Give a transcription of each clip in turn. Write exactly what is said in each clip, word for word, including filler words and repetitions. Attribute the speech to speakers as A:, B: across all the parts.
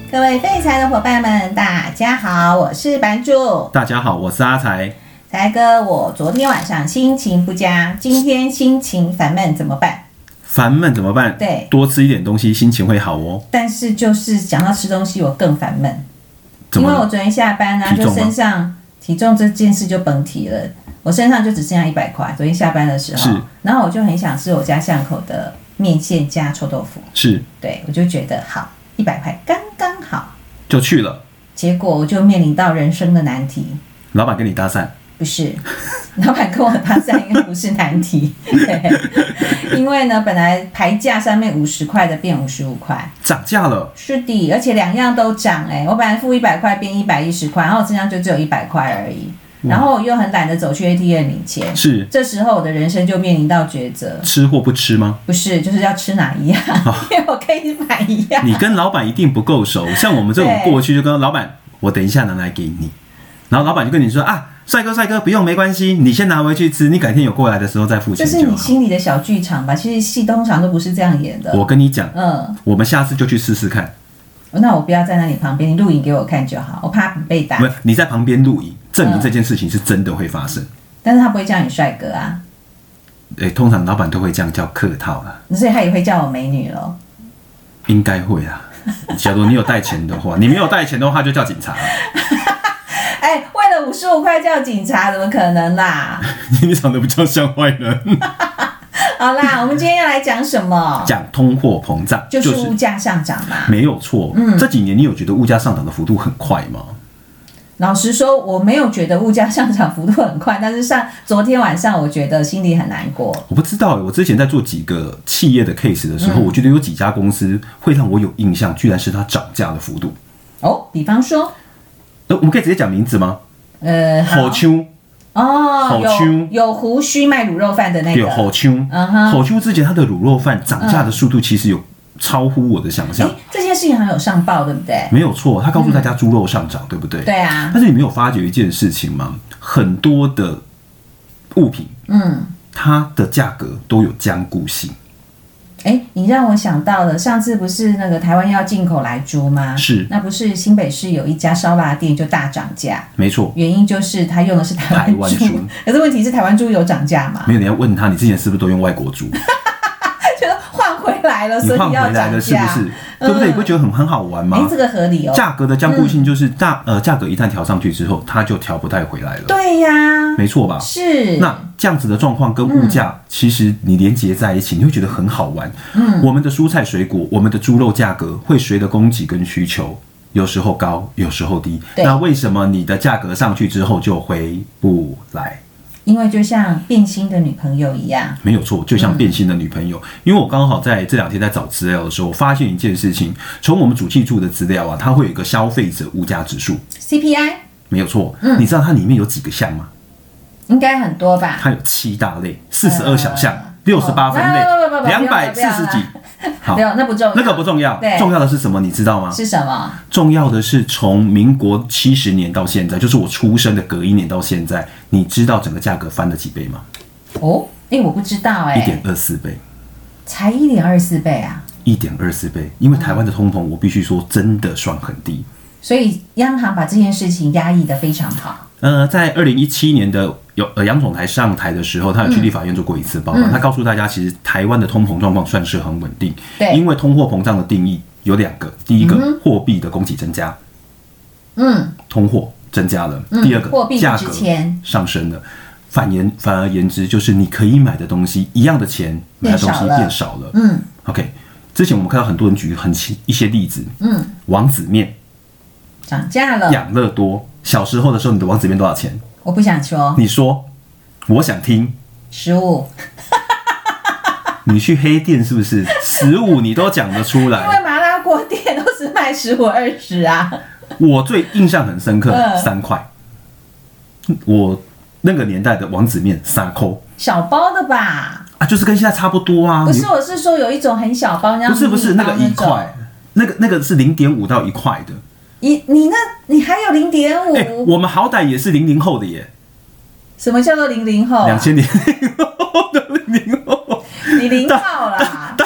A: 各位废柴的伙伴们，大家好，我是版主。
B: 大家好，我是阿财。
A: 财哥，我昨天晚上心情不佳，今天心情烦闷，怎么办？
B: 烦闷怎么办？
A: 对，
B: 多吃一点东西，心情会好哦。
A: 但是就是讲到吃东西，我更烦闷，因为我昨天下班啊，就身上体重这件事就甭提了，我身上就只剩下一百块。昨天下班的时候，
B: 是，
A: 然后我就很想吃我家巷口的面线加臭豆腐，
B: 是，
A: 对我就觉得好，一百块刚刚好，
B: 就去了。
A: 结果我就面临到人生的难题，
B: 老板跟你搭讪。
A: 不是，老板跟我搭讪应该不是难题，对，因为呢，本来牌价上面五十块的变五十五块，
B: 涨价了。
A: 是的，而且两样都涨哎、欸，我本来付一百块变一百一十块，然后我身上就只有一百块而已，然后我又很懒得走去 A T M 领钱，
B: 是，
A: 这时候我的人生就面临到抉择，
B: 吃或不吃吗？
A: 不是，就是要吃哪一样，哦、因为我可以买一样。
B: 你跟老板一定不够熟，像我们这种过去就跟老板，我等一下拿来给你，然后老板就跟你说啊。帅哥，帅哥，不用，没关系，你先拿回去吃，你改天有过来的时候再付钱就好。
A: 这是你心里的小剧场吧？其实戏通常都不是这样演的。
B: 我跟你讲，
A: 嗯，
B: 我们下次就去试试看。
A: 那我不要在那里旁边，你录影给我看就好，我怕被打。
B: 不是，你在旁边录影，证明这件事情是真的会发生。嗯、
A: 但是他不会叫你帅哥啊。
B: 欸、通常老板都会这样叫客套啦，
A: 所以他也会叫我美女咯。
B: 应该会啊。假如你有带钱的话，你没有带钱的话，就叫警察。
A: 哎、欸，为了五十五块叫警察，怎么可能啦？
B: 你长得不叫像坏人。
A: 好啦，我们今天要来讲什么？
B: 讲通货膨胀，
A: 就是物价上涨嘛。
B: 没有错。嗯，这几年你有觉得物价上涨的幅度很快吗？
A: 老实说，我没有觉得物价上涨幅度很快，但是上昨天晚上，我觉得心里很难过。
B: 我不知道，我之前在做几个企业的 case 的时候，嗯、我觉得有几家公司会让我有印象，居然是它涨价的幅度。
A: 哦，比方说。
B: 我们可以直接讲名字吗？
A: 呃，
B: 好秋
A: 哦，有有胡须卖卤肉饭的那个，
B: 有好秋，嗯哼，好秋之前它的卤肉饭涨价的速度其实有超乎我的想象。
A: 欸、这件事情好像有上报，对不对？
B: 没有错，他告诉大家猪肉上涨，嗯、对不对？
A: 对啊。
B: 但是你没有发觉一件事情吗？很多的物品，嗯，它的价格都有僵固性。
A: 哎，你让我想到了，上次不是那个台湾要进口来猪吗？
B: 是，
A: 那不是新北市有一家烧腊店就大涨价？
B: 没错，
A: 原因就是他用的是台湾 猪, 台湾猪。可是问题是台湾猪有涨价吗？
B: 没有，你要问他，你之前是不是都用外国猪？
A: 就是换回来了，所以要涨价，你换回来了是不是？
B: 嗯、对不对？你不觉得很很好玩吗？
A: 哎，这个合理哦。
B: 价格的僵固性就是大、嗯、呃，价格一旦调上去之后，它就调不太回来了。
A: 对呀，
B: 没错吧？
A: 是。
B: 那这样子的状况跟物价，嗯、其实你连结在一起，你会觉得很好玩。嗯，我们的蔬菜水果，我们的猪肉价格会随着供给跟需求，有时候高，有时候低。那为什么你的价格上去之后就回不来？
A: 因为就像变心的女朋友一样，
B: 没有错，就像变心的女朋友。嗯、因为我刚好在这两天在找资料的时候，我发现一件事情，从我们主计处的资料啊，它会有一个消费者物价指数
A: C P I，
B: 没有错。嗯，你知道它里面有几个项吗？
A: 应该很多吧？
B: 它有七大类，四十二小项，六十八分类，两百四十几。
A: 好，没有，那不重要，
B: 那个不重要，重要的是什么？你知道吗？
A: 是什么？
B: 重要的是从民国七十年到现在，就是我出生的隔一年到现在，你知道整个价格翻了几倍吗？
A: 哦，哎、欸，我不知道哎、欸，
B: 一点二四倍，
A: 才一点二四倍啊！
B: 一点二四倍，因为台湾的通膨，我必须说真的算很低，
A: 所以央行把这件事情压抑得非常好。
B: 呃，在二零一七年的有呃杨总裁上台的时候，他有去立法院做过一次报告，嗯、他告诉大家，其实台湾的通膨状况算是很稳定。对，因为通货膨胀的定义有两个，第一个嗯、货币的供给增加，嗯，通货增加了；嗯、第二个价格上升了。反言反而言之，就是你可以买的东西一样的钱，买的东西变少了。嗯 ，OK。之前我们看到很多人举很一些例子，嗯，王子面
A: 涨价了，
B: 养乐多。小时候的时候，你的王子面多少钱？
A: 我不想说。
B: 你说，我想听。
A: 十五。
B: 你去黑店是不是？十五你都讲得出来。
A: 因为麻辣锅店都是卖十五二十啊。
B: 我最印象很深刻，三块。我那个年代的王子面三块。
A: 小包的吧？
B: 啊，就是跟现在差不多啊。
A: 不是，我是说有一种很小包，
B: 不是不是那个一块，那个那个是零点五到一块的。
A: 你你那你还有零点五？
B: 我们好歹也是零零后的耶。
A: 什么叫做零零后、啊？
B: 两千年后的零零后。
A: 你零号啦！
B: 大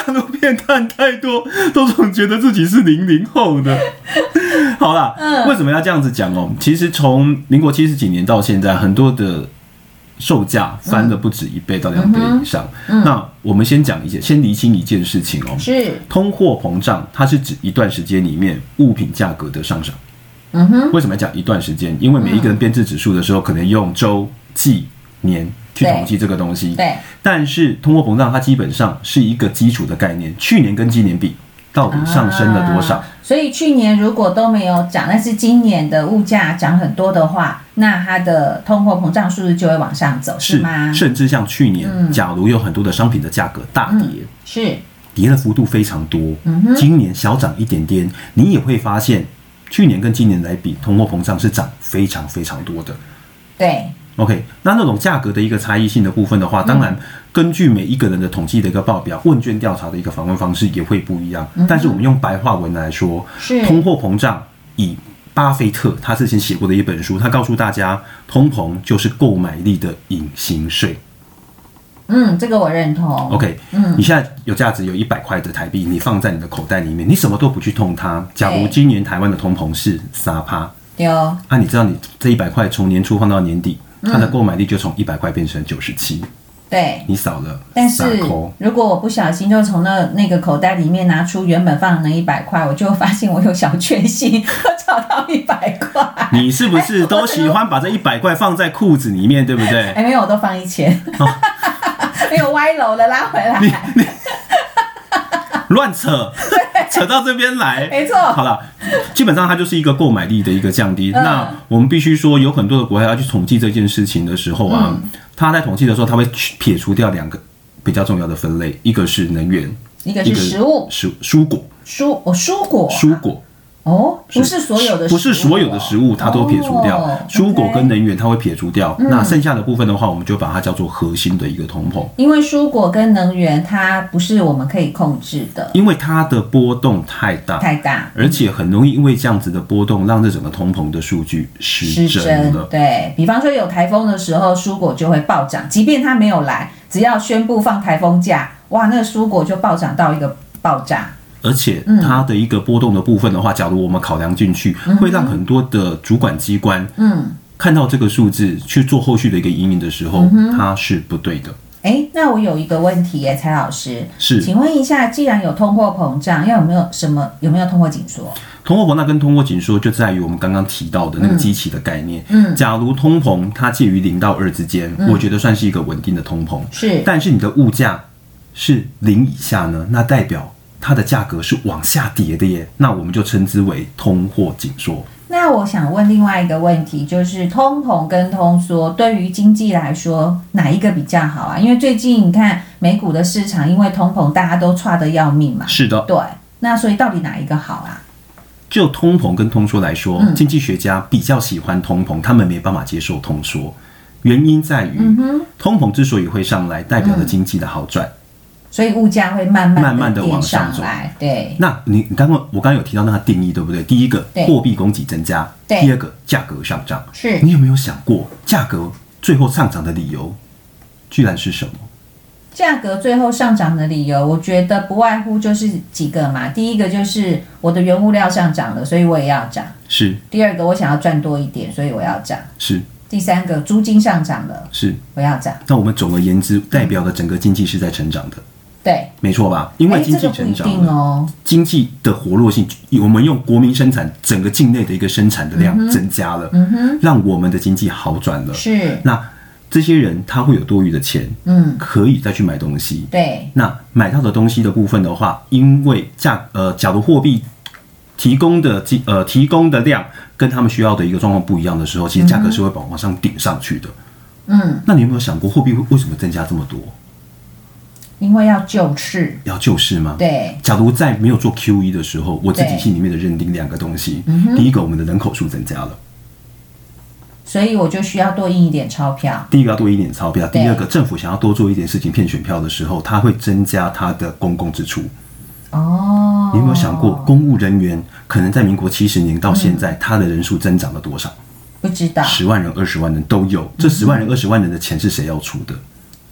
B: 陆片看太多，都总觉得自己是零零后的。好啦，嗯、为什么要这样子讲哦？其实从民国七十几年到现在，很多的售价翻了不止一倍到两倍以上。嗯嗯、那我们先讲一件，先厘清一件事情哦。
A: 是
B: 通货膨胀，它是指一段时间里面物品价格的上涨。嗯哼，为什么要讲一段时间？因为每一个人编制指数的时候，可能用周、季、年去统计这个东西。
A: 对。
B: 但是通货膨胀它基本上是一个基础的概念，去年跟今年比，到底上升了多少？
A: 啊、所以去年如果都没有涨，但是今年的物价涨很多的话，那它的通货膨胀数字就会往上走，是吗？
B: 甚至像去年，嗯、假如有很多的商品的价格大跌，嗯、
A: 是
B: 跌的幅度非常多。嗯、今年小涨一点点，你也会发现。去年跟今年来比，通货膨胀是涨非常非常多的。
A: 对
B: ，OK， 那那种价格的一个差异性的部分的话，当然根据每一个人的统计的一个报表、问卷调查的一个访问方式也会不一样。嗯、但是我们用白话文来说，通货膨胀以巴菲特他之前写过的一本书，他告诉大家，通膨就是购买力的隐形税。
A: 嗯，这个我认同。
B: OK， 嗯，你现在有价值有一百块的台币，你放在你的口袋里面，你什么都不去动它。假如今年台湾的通膨是三趴，
A: 对哦，
B: 啊，你知道你这一百块从年初放到年底，它的购买力就从一百块变成九十七。
A: 对，
B: 你少了。
A: 但是如果我不小心就从那那个口袋里面拿出原本放的那一百块，我就发现我有小确幸，我找到一百块。
B: 你是不是都喜欢把这一百块放在裤子里面，对不对？
A: 哎，没有，我都放一千。哦没有歪楼的拉回来，你你
B: 乱扯，扯到这边来，
A: 没错。
B: 好了，基本上它就是一个购买力的一个降低。嗯、那我们必须说，有很多的国家要去统计这件事情的时候啊，嗯、他在统计的时候，他会撇除掉两个比较重要的分类，一个是能源，
A: 一个是食物，
B: 蔬蔬果，
A: 蔬哦蔬果，
B: 蔬果。
A: 哦，不是所有的食物，
B: 不是所有的食物它都撇除掉，哦、蔬果跟能源它会撇除掉，嗯、那剩下的部分的话，我们就把它叫做核心的一个通膨。
A: 因为蔬果跟能源它不是我们可以控制的，
B: 因为它的波动太大，
A: 太大，
B: 而且很容易因为这样子的波动，让这整个通膨的数据失真了。
A: 对，比方说有台风的时候，蔬果就会暴涨，即便它没有来，只要宣布放台风假，哇，那个蔬果就暴涨到一个爆炸。
B: 而且它的一个波动的部分的话，假如我们考量进去，嗯、会让很多的主管机关，嗯，看到这个数字去做后续的一个营运的时候，嗯、它是不对的。
A: 哎，那我有一个问题耶，蔡老师，
B: 是，
A: 请问一下，既然有通货膨胀，要有没有什么有没有通货紧缩？
B: 通货膨胀跟通货紧缩就在于我们刚刚提到的那个基期的概念。嗯，假如通膨它介于零到二之间，嗯、我觉得算是一个稳定的通膨。
A: 是，
B: 但是你的物价是零以下呢，那代表它的价格是往下跌的耶，那我们就称之为通货紧缩。
A: 那我想问另外一个问题，就是通膨跟通缩对于经济来说哪一个比较好啊？因为最近你看美股的市场，因为通膨大家都差得要命嘛。
B: 是的，
A: 对。那所以到底哪一个好啊？
B: 就通膨跟通缩来说，嗯、经济学家比较喜欢通膨，他们没办法接受通缩，原因在于、嗯、通膨之所以会上来，代表着经济的好转。嗯，
A: 所以物价会慢慢
B: 慢慢的往上走。
A: 对，
B: 那你你刚刚我刚刚有提到那个定义，对不对？第一个，货币供给增加；第二个，价格上涨。
A: 是，
B: 你有没有想过，价格最后上涨的理由，居然是什么？
A: 价格最后上涨的理由，我觉得不外乎就是几个嘛。第一个就是我的原物料上涨了，所以我也要涨。
B: 是。
A: 第二个，我想要赚多一点，所以我要涨。
B: 是。
A: 第三个，租金上涨了，
B: 是，
A: 我要涨。那
B: 我们总而言之，代表的整个经济是在成长的。
A: 对，
B: 没错吧？因为经济成长了，
A: 这个不一定哦，
B: 经济的活络性，我们用国民生产整个境内的一个生产的量增加了，嗯哼，让我们的经济好转了。
A: 是，
B: 那这些人他会有多余的钱，嗯，可以再去买东西。
A: 对，
B: 那买到的东西的部分的话，因为价呃，假如货币提供的呃提供的量跟他们需要的一个状况不一样的时候，其实价格是会往上顶上去的。嗯，那你有没有想过，货币为什么增加这么多？
A: 因为要救市，
B: 要救市吗？
A: 对。
B: 假如在没有做 Q E 的时候，我自己心里面的认定两个东西，第一个，我们的人口数增加了，
A: 所以我就需要多印一点钞票。
B: 第一个要多印一点钞票，第二个政府想要多做一点事情骗选票的时候，它会增加它的公共支出。哦，你有没有想过，公务人员可能在民国七十年到现在，他、嗯、的人数增长了多少？
A: 不知道，
B: 十万人、二十万人都有。这十万人、二十万人的钱是谁要出的？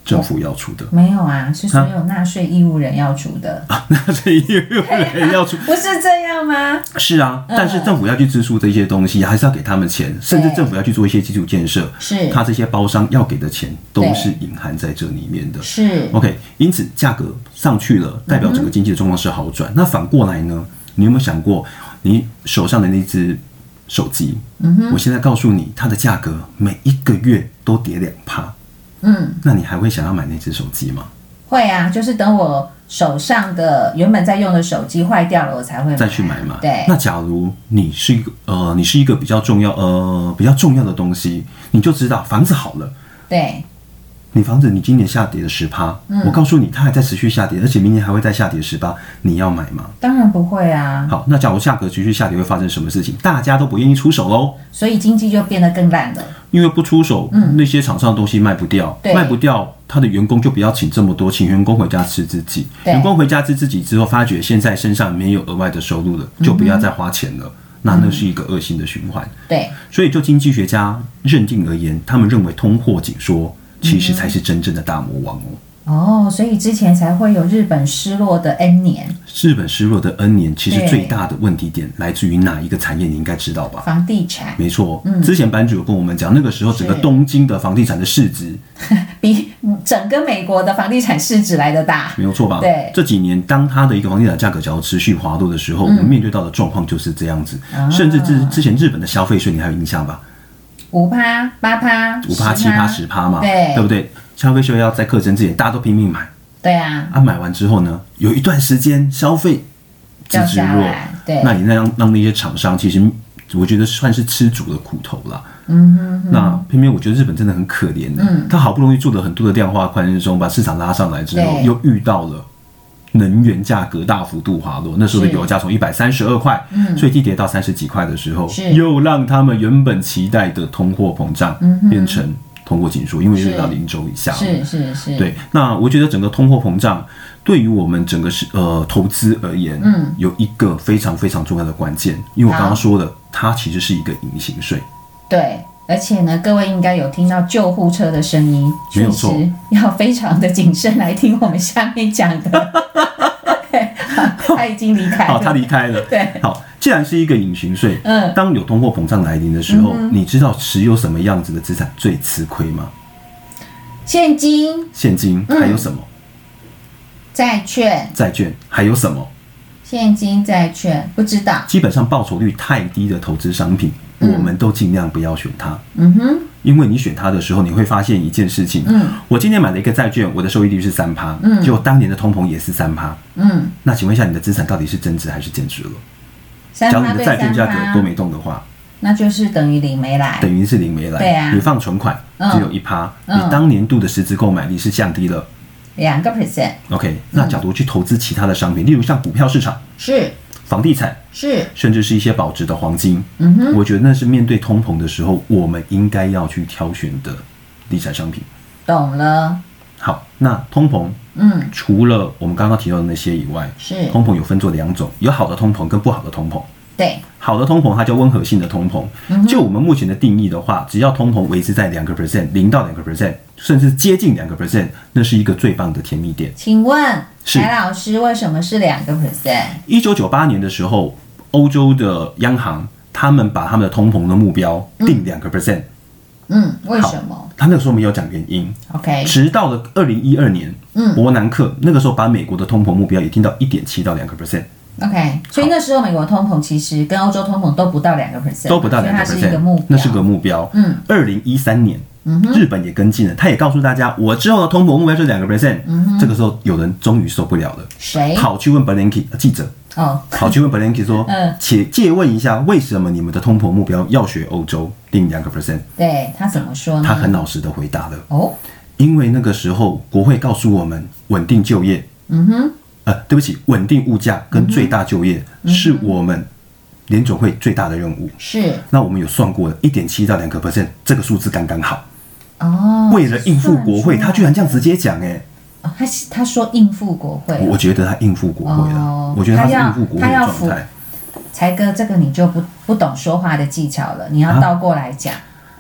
B: 政府要出的？
A: 没有啊，是所有纳税义务人要出的。
B: 啊，纳税义务人要出，
A: 不是这样吗？
B: 是啊，但是政府要去支出这些东西，还是要给他们钱，甚至政府要去做一些基础建设，
A: 是
B: 他这些包商要给的钱都是隐含在这里面的。
A: 是
B: OK， 因此价格上去了，代表整个经济的状况是好转。嗯、那反过来呢？你有没有想过，你手上的那只手机，嗯哼，我现在告诉你，它的价格每一个月都跌两趴。嗯，那你还会想要买那只手机吗？
A: 会啊，就是等我手上的原本在用的手机坏掉了，我才会买
B: 再去买嘛。
A: 对。
B: 那假如你是一个呃，你是一个比较重要呃比较重要的东西，你就知道房子好了。
A: 对。
B: 你房子你今年下跌了十趴，我告诉你它还在持续下跌，而且明年还会再下跌十趴，你要买吗？
A: 当然不会啊。
B: 好，那假如价格持续下跌会发生什么事情？大家都不愿意出手喽，
A: 所以经济就变得更烂了。
B: 因为不出手，嗯、那些厂商的东西卖不掉，卖不掉，他的员工就不要请这么多，请员工回家吃自己。员工回家吃自己之后，发觉现在身上没有额外的收入了，就不要再花钱了。嗯、那那是一个恶性的循环。
A: 对，
B: 所以就经济学家认定而言，他们认为通货紧缩其实才是真正的大魔王哦。
A: 哦，所以之前才会有日本失落的 N 年。
B: 日本失落的 N 年，其实最大的问题点来自于哪一个产业？你应该知道吧？
A: 房地产。
B: 没错，嗯、之前版主有跟我们讲，那个时候整个东京的房地产的市值
A: 比整个美国的房地产市值来得大，
B: 没有错吧？
A: 对，
B: 这几年当它的一个房地产价格只要持续滑落的时候，嗯、我们面对到的状况就是这样子。啊、甚至之之前日本的消费税，你还有印象吧？
A: 五趴、八趴、
B: 五趴、七趴、十趴嘛，
A: 对，
B: 对不对？消费税要在课征之前，大家都拼命买。
A: 对啊，
B: 啊，买完之后呢，有一段时间消费直直弱，
A: 对，
B: 那你那让让那些厂商，其实我觉得算是吃足了苦头啦。嗯哼哼，那偏偏我觉得日本真的很可怜的，嗯，他好不容易做了很多的量化宽松，把市场拉上来之后，又遇到了能源价格大幅度滑落，那时候的油价从一百三十二块，嗯，最低跌到三十几块的时候，又让他们原本期待的通货膨胀变成通货紧缩，因为热到零轴以下，
A: 是是是，
B: 对。那我觉得整个通货膨胀对于我们整个是呃投资而言，嗯，有一个非常非常重要的关键，因为我刚刚说了，它其实是一个隐形税，
A: 对。而且呢，各位应该有听到救护车的声音，
B: 没有错，
A: 要非常的谨慎来听我们下面讲的。他已经离开了，
B: 好，他离开了。
A: 对，
B: 好，既然是一个隐形税，嗯，当有通货膨胀来临的时候，嗯、你知道持有什么样子的资产最吃亏吗？
A: 现金。
B: 现金还有什么？
A: 债券。
B: 债券还有什么？
A: 现金、债券，不知道。基
B: 本上报酬率太低的投资商品，嗯、我们都尽量不要选它。
A: 嗯哼。
B: 因为你选它的时候，你会发现一件事情。嗯，我今天买了一个债券，我的收益率是三趴，嗯，结果当年的通膨也是三趴，嗯，那请问一下，你的资产到底是增值还是减值了？假如你的债券价格都没动的话，
A: 那就是等于零没来，
B: 等于是零没来。
A: 对啊，
B: 你放存款只有一趴，嗯，你当年度的实质购买力是降低了
A: 两个 percent。
B: OK， 那假如去投资其他的商品，例如像股票市场
A: 是。
B: 房地产
A: 是，
B: 甚至是一些保值的黄金，嗯哼，我觉得那是面对通膨的时候，我们应该要去挑选的理财商品。
A: 懂了。
B: 好，那通膨，嗯，除了我们刚刚提到的那些以外，
A: 是
B: 通膨有分作两种，有好的通膨跟不好的通膨。
A: 对，
B: 好的通膨它叫温和性的通膨。嗯、就我们目前的定义的话，只要通膨维持在两个 percent， 零到两个 percent， 甚至接近两个 percent， 那是一个最棒的甜蜜点。
A: 请问凯老师，为什么是两个 percent？
B: 一九九八年的时候，欧洲的央行他们把他们的通膨的目标定两个 percent。
A: 嗯，为什么？
B: 他那个时候没有讲原因。
A: OK，
B: 直到了二零一二年，嗯，伯南克那个时候把美国的通膨目标也定到一点七到两个 percent。OK，
A: 所以那时候美国通膨其实跟欧洲通膨都不到两个 percent，
B: 都不到两个 percent， 那是个目标。嗯，二零一三年，嗯、日本也跟进了，他也告诉大家，我之后的通膨目标是两个 percent。嗯，这个时候有人终于受不了了，
A: 谁？
B: 跑去问 Bernanke 记者，哦，跑去问 Bernanke 说，嗯，且借问一下，为什么你们的通膨目标要学欧洲定两个 percent？
A: 对他怎么说呢？
B: 他很老实的回答了，
A: 哦，
B: 因为那个时候国会告诉我们，稳定就业。嗯哼。呃，对不起，稳定物价跟最大就业是我们联总会最大的任务。
A: 是。
B: 那我们有算过了，一点七到两个 percent， 这个数字刚刚好。
A: 哦。
B: 为了应付国会，他居然这样直接讲，哎。
A: 哦，他他说应付国会。
B: 我觉得他应付国会了。哦。我觉得他是应付国会的状态。
A: 才哥，这个你就不不懂说话的技巧了，你要倒过来讲。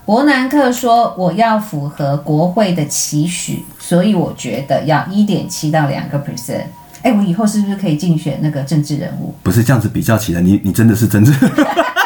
A: 伯南克说：“我要符合国会的期许，所以我觉得要 一点七 到两个 percent。”哎，我以后是不是可以竞选那个政治人物？
B: 不是这样子比较起来，你你真的是政治人物。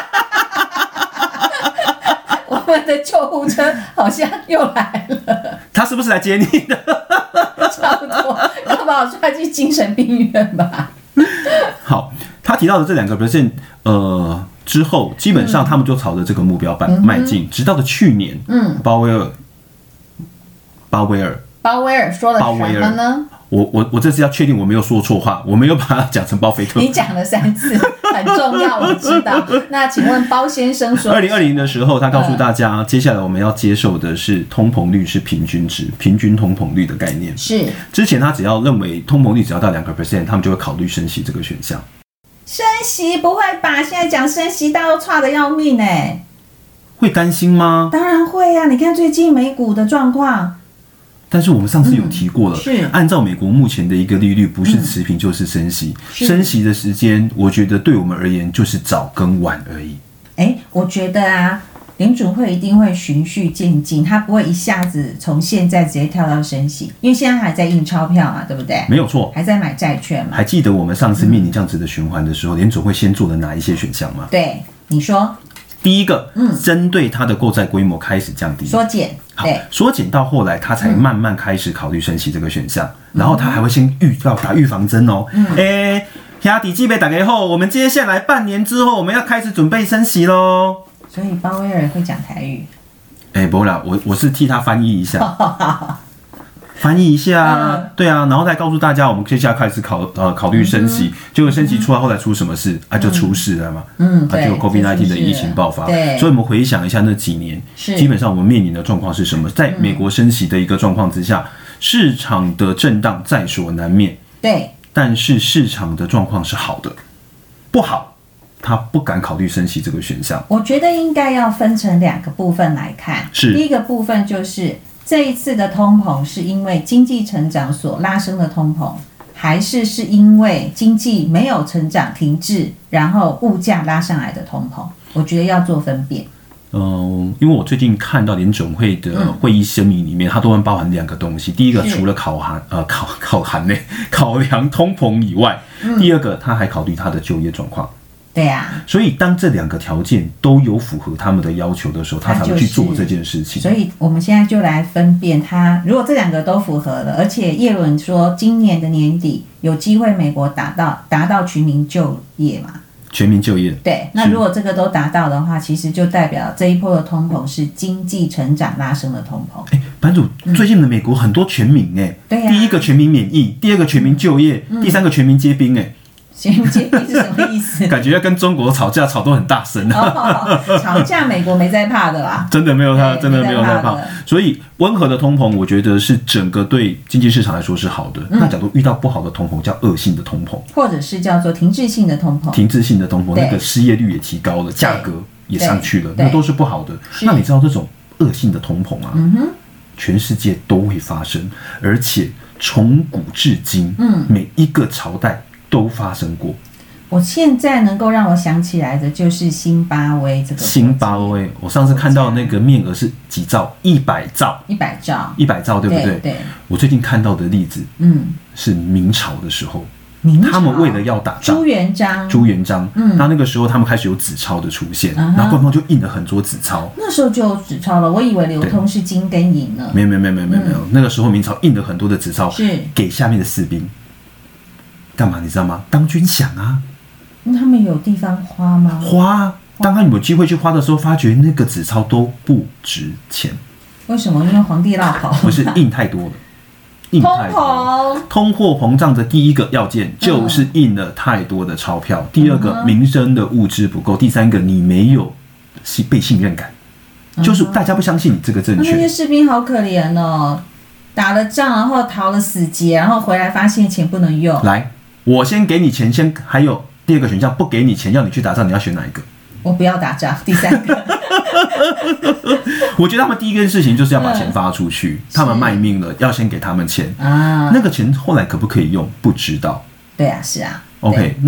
A: 我们的救护车好像又来了。
B: 他是不是来接你的？
A: 差不多，要把我抓去精神病院吧。
B: 好，他提到的这两个 percent， 呃。之后，基本上他们就朝着这个目标迈进，嗯、直到了去年，嗯，鲍威尔，鲍威尔，
A: 鲍威尔说了什么呢？
B: 我我我这次要确定我没有说错话，我没有把它讲成巴菲特。
A: 你讲了三次，很重要，我知道。那请问包先生说，
B: 二零二零的时候，他告诉大家，接下来我们要接受的是通膨率是平均值，平均通膨率的概念。
A: 是
B: 之前他只要认为通膨率只要到两个 percent， 他们就会考虑升息这个选项。
A: 升息不会吧？现在讲升息，大家都差得要命哎，
B: 会担心吗？
A: 当然会啊！你看最近美股的状况。
B: 但是我们上次有提过了，
A: 嗯、是
B: 按照美国目前的一个利率，不是持平就是升息。嗯、升息的时间，我觉得对我们而言就是早跟晚而已。
A: 哎，我觉得啊，联准会一定会循序渐进，它不会一下子从现在直接跳到升息，因为现在还在印钞票嘛，对不对？
B: 没有错，
A: 还在买债券嘛。
B: 还记得我们上次面临这样子的循环的时候，联准会先做的哪一些选项吗？
A: 对，你说。
B: 第一个，嗯，针对它的购债规模开始降低，
A: 缩减，对，
B: 缩减到后来，它才慢慢开始考虑升息这个选项，嗯、然后它还会先预告打预防针哦，嗯，哎，兄弟姐妹大家好，我们接下来半年之后，我们要开始准备升息喽。
A: 所以鲍威尔会讲台语，
B: 哎，不啦，我我是替他翻译一下。翻译一下、啊嗯，对啊，然后再告诉大家，我们接下来开始考呃考虑升息，结果升息出来，后来出什么事、嗯、啊？就出事了嘛，嗯，啊，就 COVID 十九 的疫情爆发，对，所以我们回想一下那几年，基本上我们面临的状况是什么？在美国升息的一个状况之下，市场的震荡在所难免，
A: 对，
B: 但是市场的状况是好的，不好，他不敢考虑升息这个选项。
A: 我觉得应该要分成两个部分来看，
B: 是
A: 第一个部分就是。这一次的通膨是因为经济成长所拉升的通膨，还是是因为经济没有成长停滞，然后物价拉上来的通膨？我觉得要做分辨。
B: 嗯，因为我最近看到联准会的会议声明里面，嗯、它多半包含两个东西。第一个，除了考含呃考考含呢考量通膨以外，嗯、第二个，它还考虑它的就业状况。
A: 对啊，
B: 所以当这两个条件都有符合他们的要求的时候，他才会去做这件事情。
A: 所以我们现在就来分辨它，如果这两个都符合了，而且耶伦说今年的年底有机会美国达到达到全民就业嘛？
B: 全民就业。
A: 对，那如果这个都达到的话，其实就代表这一波的通膨是经济成长拉升的通膨。
B: 哎，版主，嗯、最近的美国很多全民哎、欸，
A: 对呀、啊，
B: 第一个全民免疫，第二个全民就业，嗯、第三个全民皆兵哎、欸。
A: 全民皆兵是什么意思？
B: 感觉要跟中国吵架，吵都很大声啊、
A: 哦！吵架，美国没在怕的啦，
B: 真的没有他，真的没有在怕。所以温和的通膨，我觉得是整个对经济市场来说是好的。嗯、那假如遇到不好的通膨，叫恶性的通膨，
A: 或者是叫做停滞性的通膨。
B: 停滞性的通膨，那个失业率也提高了，价格也上去了，那都是不好的。那你知道这种恶性的通膨啊，嗯哼，全世界都会发生，而且从古至今，嗯，每一个朝代都发生过。
A: 我现在能够让我想起来的就是辛巴威这个。
B: 辛巴威，我上次看到那个面额是几兆？一百兆。
A: 一百兆。
B: 一百兆，对不对？
A: 对。对
B: 我最近看到的例子，嗯，是明朝的时候，
A: 明朝
B: 他们为了要打仗，
A: 朱元璋，
B: 朱元璋，嗯，那那个时候他们开始有纸钞的出现，嗯、然后官方就印了很多纸钞。
A: 那时候就有纸钞了，我以为流通是金跟银呢。
B: 没有没有没有没有没有，嗯、那个时候明朝印了很多的纸钞，
A: 是
B: 给下面的士兵。干嘛你知道吗？当军饷啊！
A: 那他们有地方花吗？
B: 花啊！当他们有机会去花的时候，发觉那个纸钞都不值钱。
A: 为什么？因为皇帝落跑。
B: 不是印太多了，印太多了。通货膨胀的第一个要件就是印了太多的钞票，嗯、第二个民生的物资不够，第三个你没有被信任感，嗯、就是大家不相信你这个政权。
A: 那些士兵好可怜哦，打了仗然后逃了死劫，然后回来发现钱不能用。
B: 来。我先给你钱，先还有第二个选项，不给你钱，要你去打仗，你要选哪一个？
A: 我不要打仗，第三个。
B: 我觉得他们第一件事情就是要把钱发出去，嗯、他们卖命了，要先给他们钱
A: 啊。
B: 那个钱后来可不可以用，不知道。
A: 对啊，是啊。
B: OK， 那、嗯、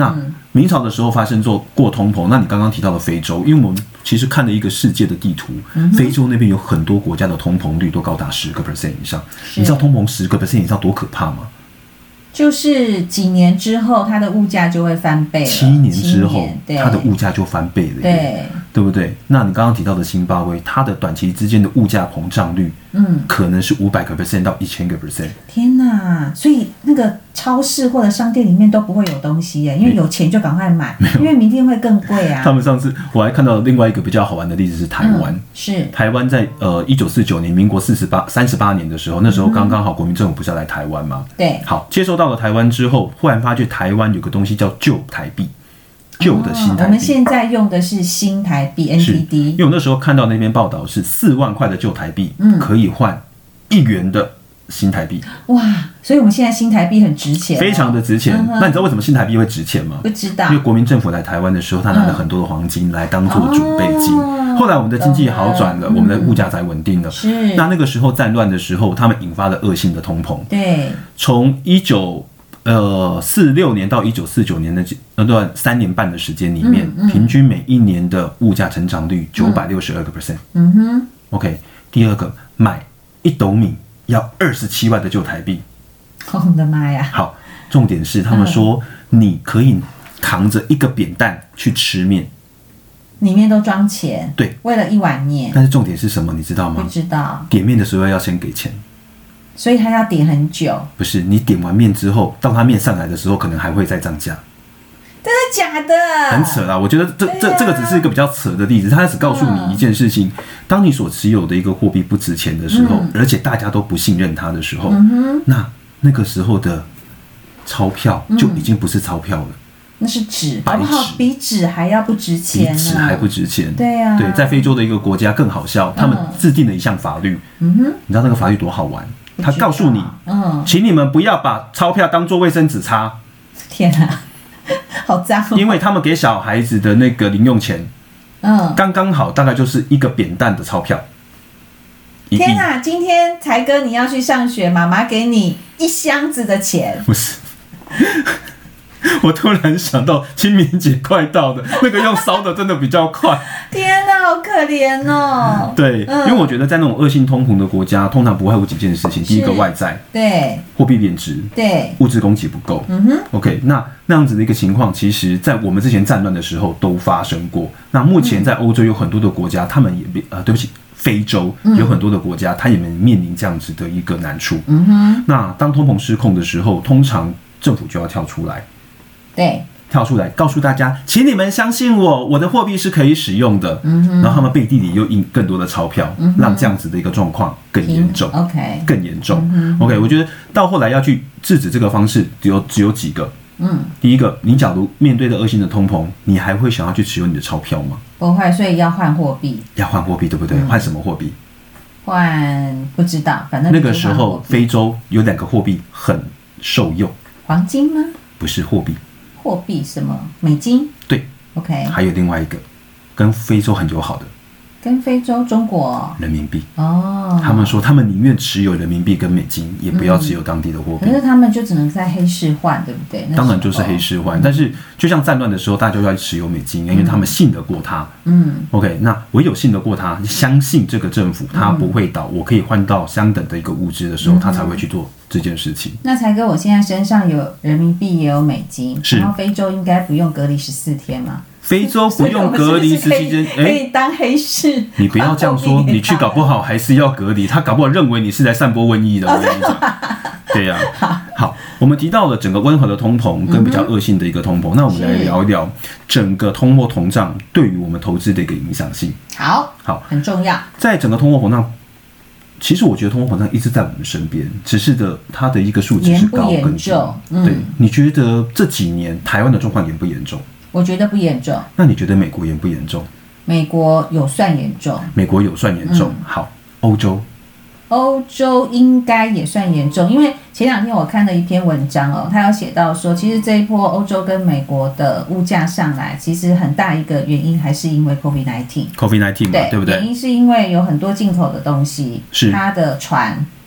B: 明朝的时候发生做过通膨，那你刚刚提到的非洲，因为我们其实看了一个世界的地图，嗯、非洲那边有很多国家的通膨率都高达十个 percent 以上。你知道通膨十个 percent 以上多可怕吗？
A: 就是几年之后，它的物价就会翻倍了。
B: 七年之后，它的物价就翻倍了，
A: 对，
B: 对不对？那你刚刚提到的辛巴威，它的短期之间的物价膨胀率，嗯，可能是五百个 percent 到一千个 percent。
A: 天哪！所以那个超市或者商店里面都不会有东西耶，因为有钱就赶快买，因为明天会更贵啊。
B: 他们上次我还看到另外一个比较好玩的例子是台湾，嗯、
A: 是
B: 台湾在呃一九四九年，民国四十八三十八年的时候，那时候刚刚好国民政府不是要来台湾吗？
A: 对，
B: 好，接收到了台湾之后，忽然发觉台湾有个东西叫旧台币。旧的新台币、哦，
A: 我们现在用的是新台币 N T D，
B: 因为我那时候看到那篇报道是四万块的旧台币，嗯，可以换一元的新台币。
A: 哇，所以我们现在新台币很值钱、哦，
B: 非常的值钱。嗯、那你知道为什么新台币会值钱吗？
A: 不知道，
B: 因为国民政府来台湾的时候，他拿了很多的黄金来当做准备金。哦、后来我们的经济好转了，嗯、我们的物价才稳定了。
A: 是，
B: 那那个时候战乱的时候，他们引发了恶性的通膨。
A: 对，
B: 从一九呃，四六年到一九四九年的那段三年半的时间里面，嗯嗯、平均每一年的物价成长率九百六十二个 percent。嗯哼 ，OK。第二个，买一斗米要二十七万的旧台币。
A: 我的妈呀！
B: 好，重点是他们说、嗯、你可以扛着一个扁担去吃面，
A: 里面都装钱。
B: 对，
A: 为了一碗面。
B: 但是重点是什么？你知道吗？
A: 不知道。点
B: 面的时候要先给钱。
A: 所以他要点很久，
B: 不是你点完面之后，到他面上来的时候，可能还会再涨价。
A: 真的假的？
B: 很扯啦！我觉得这、啊、这这个只是一个比较扯的例子，它只告诉你一件事情：嗯、当你所持有的一个货币不值钱的时候，嗯、而且大家都不信任它的时候，嗯、那那个时候的钞票就已经不是钞票了。嗯、
A: 那是纸，搞不好比纸还要不值钱，
B: 比纸还不值钱。
A: 对啊，
B: 对，在非洲的一个国家更好笑，他们制定了一项法律。嗯哼，你知道那个法律多好玩？他告诉你，嗯，请你们不要把钞票当作卫生纸擦。
A: 天啊，好脏哦！
B: 因为他们给小孩子的那个零用钱，嗯，刚刚好，大概就是一个扁担的钞票。
A: 天啊，今天才哥你要去上学，妈妈给你一箱子的钱。
B: 不是。我突然想到清明节快到了，那个用烧的真的比较快。
A: 天哪，好可怜哦。
B: 对，嗯、因为我觉得在那种恶性通膨的国家，通常不外乎几件事情。第一个，外债，
A: 对，
B: 货币贬值，
A: 对，
B: 物质供给不够。嗯哼 ，OK， 那那样子的一个情况，其实在我们之前战乱的时候都发生过。那目前在欧洲有很多的国家，他们也呃，对不起。非洲有很多的国家，它也面临这样子的一个难处。嗯哼，那当通膨失控的时候，通常政府就要跳出来，
A: 对，
B: 跳出来告诉大家，请你们相信我，我的货币是可以使用的。嗯哼，然后他们背地里又印更多的钞票，嗯、让这样子的一个状况更严重。
A: OK，
B: 更严重。嗯、OK， 我觉得到后来要去制止这个方式，只有只有几个。嗯，第一个，你假如面对的恶性的通膨，你还会想要去持有你的钞票吗？
A: 不会，所以要换货币。
B: 要换货币，对不对？换、嗯、什么货币？
A: 换不知道，反正
B: 那个时候非洲有两个货币很受用。
A: 黄金吗？
B: 不是货币。
A: 货币什么？美金？
B: 对。
A: OK。
B: 还有另外一个，跟非洲很友好的。
A: 跟非洲、中国
B: 人民币哦，他们说他们宁愿持有人民币跟美金，也不要持有当地的货币。
A: 可是他们就只能在黑市换，对不对？
B: 当然就是黑市换，但是就像战乱的时候，大家就要持有美金，因为他们信得过他。嗯 ，OK， 那唯有信得过他，相信这个政府他不会倒，我可以换到相等的一个物资的时候，他才会去做这件事情。
A: 那才哥，我现在身上有人民币也有美金，然后非洲应该不用隔离十四天吗？
B: 非洲不用隔离十七天，
A: 可以当黑市。
B: 你不要这样说，你去搞不好还是要隔离。他搞不好认为你是来散播瘟疫的。我跟你讲，对呀、啊。好，我们提到了整个温和的通膨跟比较恶性的一个通膨，嗯、那我们来聊一聊整个通货膨胀对于我们投资的一个影响性。
A: 好，
B: 好，
A: 很重要。
B: 在整个通货膨胀，其实我觉得通货膨胀一直在我们身边，只是的它的一个数值是高跟低。嗯、对，你觉得这几年台湾的状况严不严重？
A: 我觉得不严重。
B: 那你觉得美国严不严重？
A: 美国有算严重。
B: 美国有算严重。嗯、好，欧洲。
A: 欧洲应该也算严重，因为前两天我看了一篇文章哦，他有写到说，其实这一波欧洲跟美国的物价上来，其实很大一个原因还是因为 COVID 十九。
B: COVID 十九 嘛，对不对？
A: 原因是因为有很多进口的东西，
B: 是
A: 它的船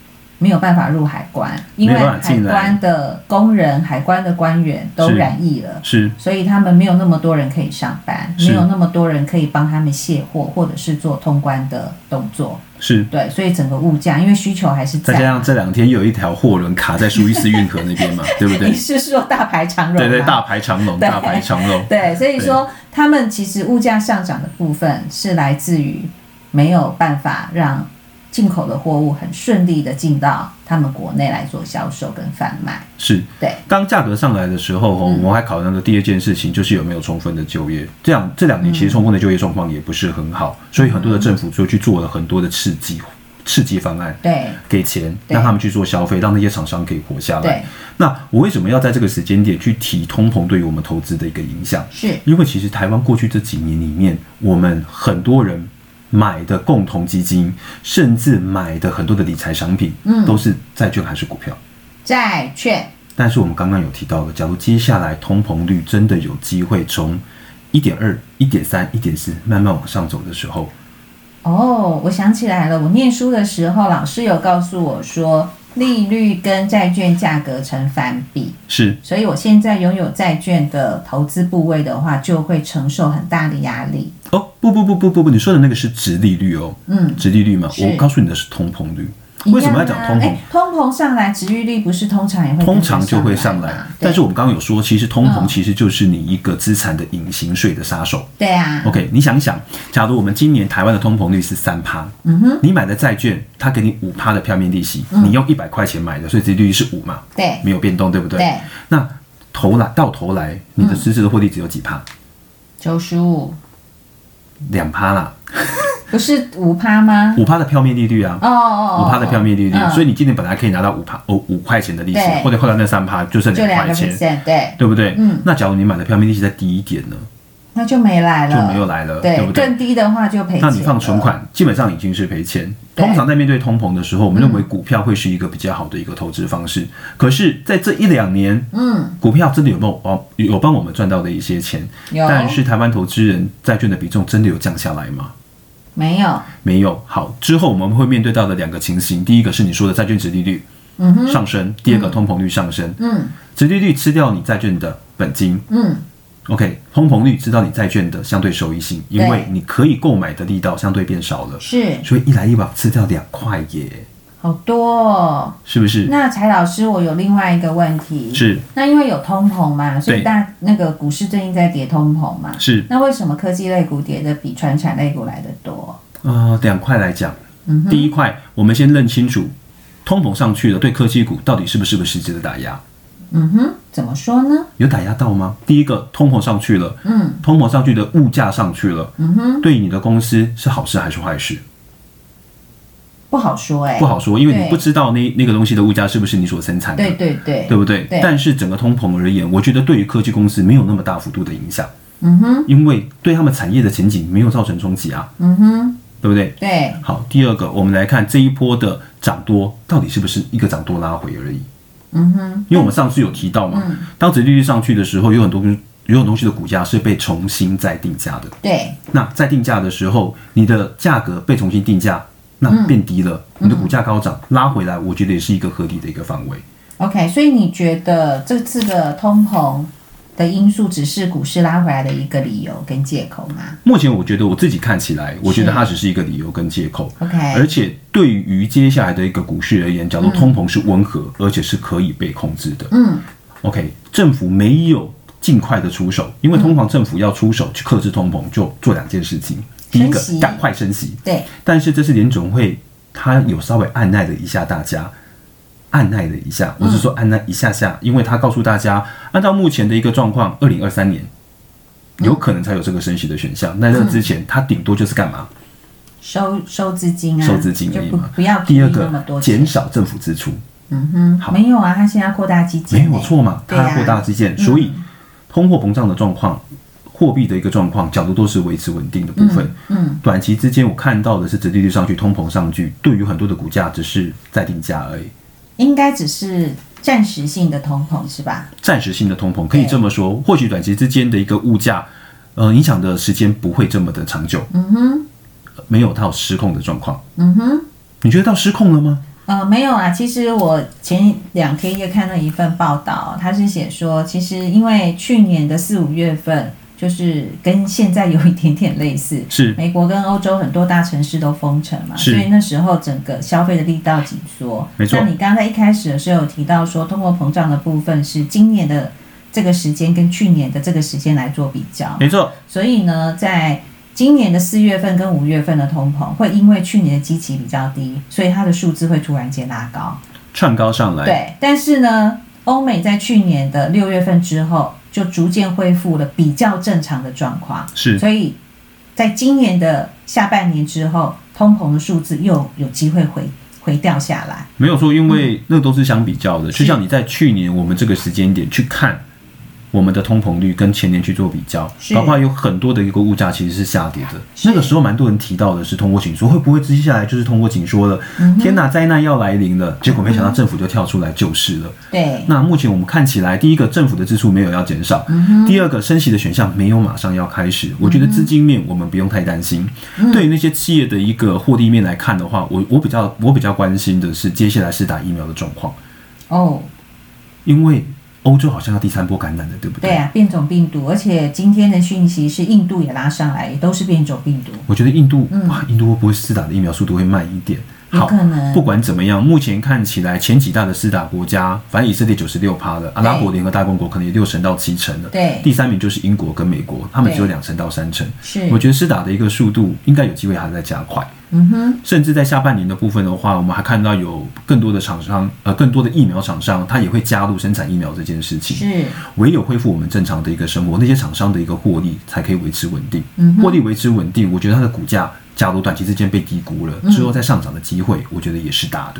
A: 没有办法入海关，因为海关的工人、海关的官员都染疫了，
B: 是，
A: 所以他们没有那么多人可以上班，没有那么多人可以帮他们卸货或者是做通关的动作。
B: 是
A: 对，所以整个物价，因为需求还是在，
B: 再加上这两天又有一条货轮卡在苏伊士运河那边嘛，对不对？
A: 你是说大排长龙吗？
B: 对对，大排长龙，大排长龙。
A: 对，所以说他们其实物价上涨的部分是来自于没有办法让进口的货物很顺利的进到他们国内来做销售跟贩卖。
B: 是，
A: 对。
B: 当价格上来的时候，嗯、我还考量的第二件事情就是有没有充分的就业。这样这两年其实充分的就业状况也不是很好，嗯、所以很多的政府就去做了很多的刺激刺激方案，
A: 对，
B: 给钱让他们去做消费，让那些厂商可以活下来。
A: 对。
B: 那我为什么要在这个时间点去提通膨对于我们投资的一个影响？
A: 是
B: 因为其实台湾过去这几年里面，我们很多人买的共同基金，甚至买的很多的理财商品，嗯，都是债券还是股票？
A: 债券。
B: 但是我们刚刚有提到的，假如接下来通膨率真的有机会从 一点二、一点三、一点四 慢慢往上走的时候，
A: 哦，我想起来了，我念书的时候，老师有告诉我说，利率跟债券价格成反比，
B: 是，
A: 所以我现在拥有债券的投资部位的话，就会承受很大的压力。
B: 哦，不不不不不不，你说的那个是殖利率哦，嗯，殖利率嘛，我告诉你的是通膨率。为什么要讲通膨？
A: 通膨上来，殖利率不是通常也会
B: 通常就会上来，但是我们刚刚有说，其实通膨其实就是你一个资产的隐形税的杀手。
A: 对啊。
B: OK， 你想想，假如我们今年台湾的通膨率是三趴，嗯哼，你买的债券，它给你五趴的票面利息，嗯、你用一百块钱买的，所以殖利率是五嘛，
A: 对，
B: 没有变动，对不对？
A: 对。
B: 那头来到头来，你的实质的获利只有几趴？
A: 九十五。
B: 两趴啦。
A: 不是五趴吗？
B: 五趴的票面利率啊，
A: 哦哦，
B: 五趴的票面利率，
A: 嗯、
B: 所以你今年本来可以拿到五趴哦五块钱的利息，或者后来那三趴就剩两块钱，
A: 对，
B: 对不对？嗯，那假如你买的票面利息再低一点呢？
A: 那就没来了，
B: 就没有来了，
A: 对，
B: 对不对？
A: 更低的话就赔钱。
B: 那你放存款基本上已经是赔钱。通常在面对通膨的时候，我们认为股票会是一个比较好的一个投资方式。嗯、可是，在这一两年，嗯，股票真的有没有有帮我们赚到的一些钱？
A: 有。
B: 但是台湾投资人债券的比重真的有降下来吗？
A: 没有，
B: 没有。好，之后我们会面对到的两个情形，第一个是你说的债券殖利率上升，嗯、第二个通膨率上升。嗯，殖利率吃掉你债券的本金。嗯 ，OK， 通膨率吃掉你债券的相对收益性，因为你可以购买的力道相对变少了。是，所以一来一往吃掉两块耶。
A: 好多哦，
B: 是不是？
A: 那柴老师，我有另外一个问题，
B: 是，
A: 那因为有通膨嘛，所以大那个股市最近在跌通膨嘛，
B: 是，
A: 那为什么科技类股跌的比传产类股来的多？
B: 呃，两块来讲，嗯、第一块我们先认清楚，通膨上去了，对科技股到底是不是个实质的打压？
A: 嗯哼，怎么说呢？
B: 有打压到吗？第一个，通膨上去了，嗯，通膨上去的物价上去了，嗯哼，对你的公司是好事还是坏事？
A: 不好说哎、欸，
B: 不好说，因为你不知道那那个东西的物价是不是你所生产的，
A: 对对对，
B: 对不对？对。但是整个通膨而言，我觉得对于科技公司没有那么大幅度的影响，嗯哼，因为对他们产业的前景没有造成冲击啊，嗯哼，对不对？
A: 对。
B: 好，第二个，我们来看这一波的涨多到底是不是一个涨多拉回而已，嗯哼，因为我们上次有提到嘛，嗯、当殖利率上去的时候，有很多有很多东西的股价是被重新再定价的，
A: 对。
B: 那在定价的时候，你的价格被重新定价。那变低了，嗯、你的股价高涨，拉回来，我觉得也是一个合理的一个范围。
A: OK， 所以你觉得这次的通膨的因素只是股市拉回来的一个理由跟借口吗？
B: 目前我觉得我自己看起来，我觉得它只是一个理由跟借口。
A: OK，
B: 而且对于接下来的一个股市而言，假如通膨是温和，嗯、而且是可以被控制的，嗯 ，OK， 政府没有尽快的出手，因为通常政府要出手去克制通膨，就做两件事情。第一个，赶快升息。
A: 对，
B: 但是这次联总会他有稍微按捺了一下大家，按捺了一下，我是说按捺一下下，因为他告诉大家，按照目前的一个状况，二零二三年有可能才有这个升息的选项。那、嗯、在之前，他顶多就是干嘛？
A: 收收资金啊，
B: 收资金而已嘛。
A: 不要
B: 第二个，减少政府支出。
A: 嗯哼，好，没有啊，他现在扩大基建、欸，
B: 没有错嘛，他扩大基建，啊、所以通货膨胀的状况。货币的一个状况，角度都是维持稳定的部分。嗯，嗯短期之间我看到的是殖利率上去，通膨上去，对于很多的股价只是在定价而已。
A: 应该只是暂时性的通膨是吧？
B: 暂时性的通膨可以这么说，或许短期之间的一个物价，呃，影响的时间不会这么的长久。嗯哼，没有到失控的状况。嗯哼，你觉得到失控了吗？
A: 呃，没有啊。其实我前两天也看到一份报道，他是写说，其实因为去年的四五月份，就是跟现在有一点点类似，
B: 是
A: 美国跟欧洲很多大城市都封城嘛，所以那时候整个消费的力道紧缩。
B: 没错。
A: 那你刚才一开始的时候有提到说，通货膨胀的部分是今年的这个时间跟去年的这个时间来做比较，
B: 没错。
A: 所以呢，在今年的四月份跟五月份的通膨会因为去年的基期比较低，所以它的数字会突然间拉高，
B: 窜高上来。
A: 对，但是呢，欧美在去年的六月份之后就逐渐恢复了比较正常的状况，
B: 是，
A: 所以在今年的下半年之后，通膨的数字又有机会回回掉下来。
B: 没有错，因为那都是相比较的，就像你在去年我们这个时间点去看我们的通膨率跟前年去做比较，包括有很多的一个物价其实是下跌的。那个时候蛮多人提到的是通货紧缩，会不会接下来就是通货紧缩了？嗯、天哪，灾难要来临了！结果没想到政府就跳出来救市了。
A: 对。
B: 那目前我们看起来，第一个政府的支出没有要减少，嗯、第二个升息的选项没有马上要开始。我觉得资金面我们不用太担心。嗯、对于那些企业的一个获利面来看的话，我我比较我比较关心的是接下来施打疫苗的状况。
A: 哦，
B: 因为欧洲好像要第三波感染了，对不对？
A: 对啊，变种病毒，而且今天的讯息是印度也拉上来，也都是变种病毒。
B: 我觉得印度，嗯、哇，印度会不会施打的疫苗速度会慢一点？
A: 有可能。
B: 不管怎么样，目前看起来前几大的施打国家，反正以色列 百分之九十六 了，阿拉伯联合大公国可能也六成到七成了。
A: 对。
B: 第三名就是英国跟美国，他们只有两成到三成。
A: 是。
B: 我觉得施打的一个速度应该有机会还在加快。
A: 嗯哼，
B: 甚至在下半年的部分的话，我们还看到有更多的厂商，呃，更多的疫苗厂商，它也会加入生产疫苗这件事情。
A: 是，
B: 唯有恢复我们正常的一个生活，那些厂商的一个获利才可以维持稳定。
A: 嗯，
B: 获利维持稳定，我觉得它的股价假如短期之间被低估了，之后再上涨的机会，我觉得也是大的。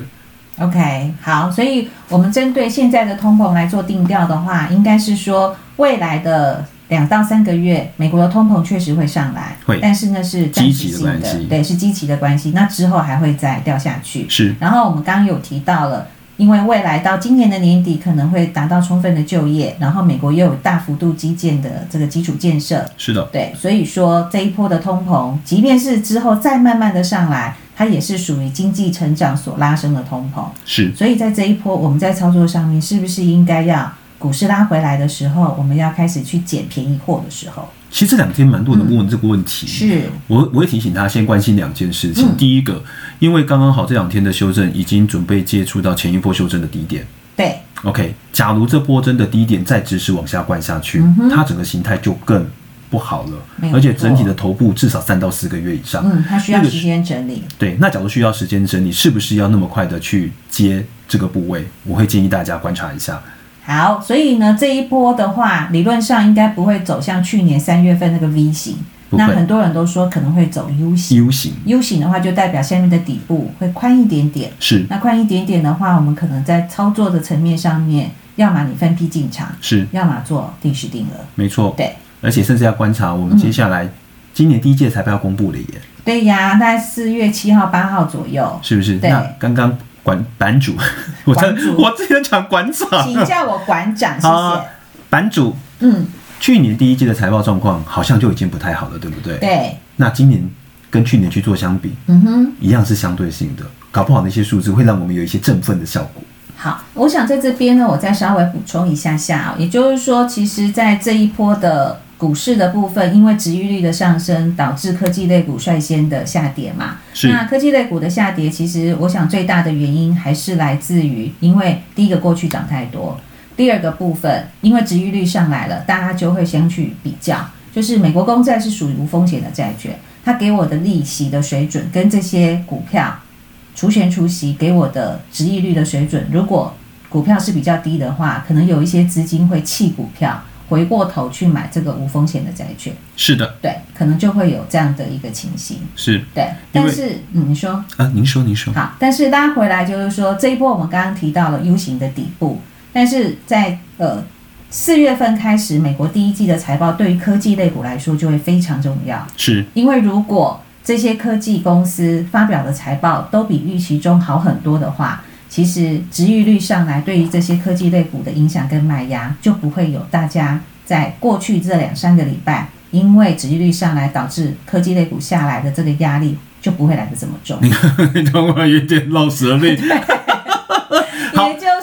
A: OK， 好，所以我们针对现在的通膨来做定调的话，应该是说未来的两到三个月，美国的通膨确实会上来，
B: 会，
A: 但是呢是暂时性的，对，是基期的关系。那之后还会再掉下去。
B: 是。
A: 然后我们刚刚有提到了，因为未来到今年的年底可能会达到充分的就业，然后美国又有大幅度基建的这个基础建设。
B: 是的，
A: 对，所以说这一波的通膨，即便是之后再慢慢的上来，它也是属于经济成长所拉升的通膨。
B: 是。
A: 所以在这一波我们在操作上面，是不是应该要？股市拉回来的时候，我们要开始去捡便宜货的时候，
B: 其实这两天蛮多人问这个问题。嗯、
A: 是，
B: 我我会提醒他先关心两件事情。嗯、第一个，因为刚刚好这两天的修正已经准备接触到前一波修正的低点。
A: 对
B: ，OK， 假如这波真的低点再直直往下灌下去，嗯、它整个形态就更不好了，而且整体的头部至少三到四个月以上。
A: 嗯，它需要时间整理。
B: 那個、对，那假如需要时间整理，是不是要那么快的去接这个部位？我会建议大家观察一下。
A: 好，所以呢，这一波的话，理论上应该不会走向去年三月份那个 V 型。那很多人都说可能会走 U 型。
B: U 型
A: U 型的话，就代表下面的底部会宽一点点。
B: 是。
A: 那宽一点点的话，我们可能在操作的层面上面，要么你分批进场，
B: 是；
A: 要么做定时定额。
B: 没错。
A: 对。
B: 而且甚至要观察我们接下来、嗯、今年第一届财报要公布了耶。
A: 对呀，大概四月七号、八号左右。
B: 是不是？
A: 对。
B: 那刚刚。管版主，我真我之前讲馆长，
A: 请叫我馆长，谢谢。啊、
B: 版主，
A: 嗯，
B: 去年第一季的财报状况好像就已经不太好了，对不对？
A: 对。
B: 那今年跟去年去做相比，
A: 嗯哼，
B: 一样是相对性的，搞不好那些数字会让我们有一些振奋的效果。
A: 好，我想在这边呢，我再稍微补充一下下，也就是说，其实，在这一波的股市的部分，因为殖利率的上升，导致科技类股率先的下跌嘛。
B: 是。
A: 那科技类股的下跌，其实我想最大的原因还是来自于，因为第一个过去涨太多，第二个部分，因为殖利率上来了，大家就会先去比较，就是美国公债是属于无风险的债券，它给我的利息的水准跟这些股票除权除息给我的殖利率的水准，如果股票是比较低的话，可能有一些资金会弃股票。回过头去买这个无风险的债券，
B: 是的，
A: 对，可能就会有这样的一个情形，
B: 是，
A: 对，但是，嗯，你说
B: 啊，您说，您说，
A: 好，但是拉回来就是说，这一波我们刚刚提到了 U 型的底部，但是在呃四月份开始，美国第一季的财报对于科技类股来说就会非常重要，
B: 是，
A: 因为如果这些科技公司发表的财报都比预期中好很多的话。其实殖利率上来，对于这些科技类股的影响跟卖压，就不会有大家在过去这两三个礼拜，因为殖利率上来导致科技类股下来的这个压力，就不会来得这么重。
B: 你看，你看我有点绕舌令。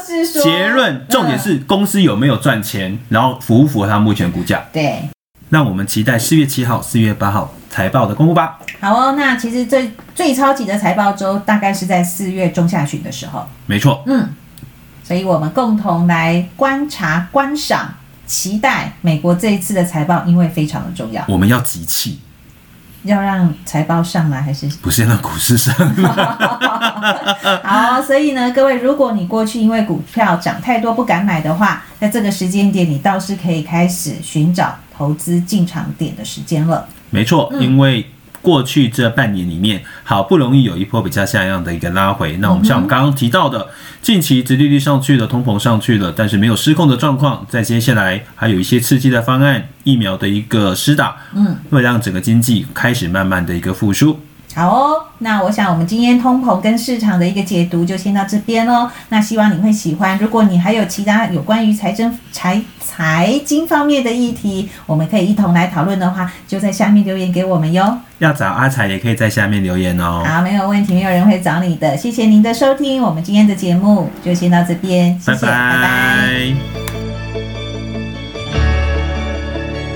A: 是说
B: 结论，重点是公司有没有赚钱，然后符不符合它目前股价。
A: 对，
B: 让我们期待四月七号、四月八号财报的公布吧。
A: 好哦，那其实最最超级的财报周大概是在四月中下旬的时候。
B: 没错，
A: 嗯，所以我们共同来观察、观赏、期待美国这一次的财报，因为非常的重要。
B: 我们要集气。
A: 要让财报上来还是
B: 不是让股市上来？
A: 好，所以呢，各位，如果你过去因为股票涨太多不敢买的话，在这个时间点，你倒是可以开始寻找投资进场点的时间了。
B: 没错，嗯、因为过去这半年里面，好不容易有一波比较像样的一个拉回。那我们像我们刚刚提到的，近期殖利率上去了，通膨上去了，但是没有失控的状况。在接下来还有一些刺激的方案，疫苗的一个施打，嗯，会让整个经济开始慢慢的一个复苏。
A: 好哦，那我想我们今天通膨跟市场的一个解读就先到这边咯。那希望你会喜欢。如果你还有其他有关于财政财财经方面的议题，我们可以一同来讨论的话，就在下面留言给我们哟。要找阿财也可以在下面留言哦。好，没有问题，没有人会找你的。谢谢您的收听，我们今天的节目就先到这边，谢谢，拜拜。拜拜。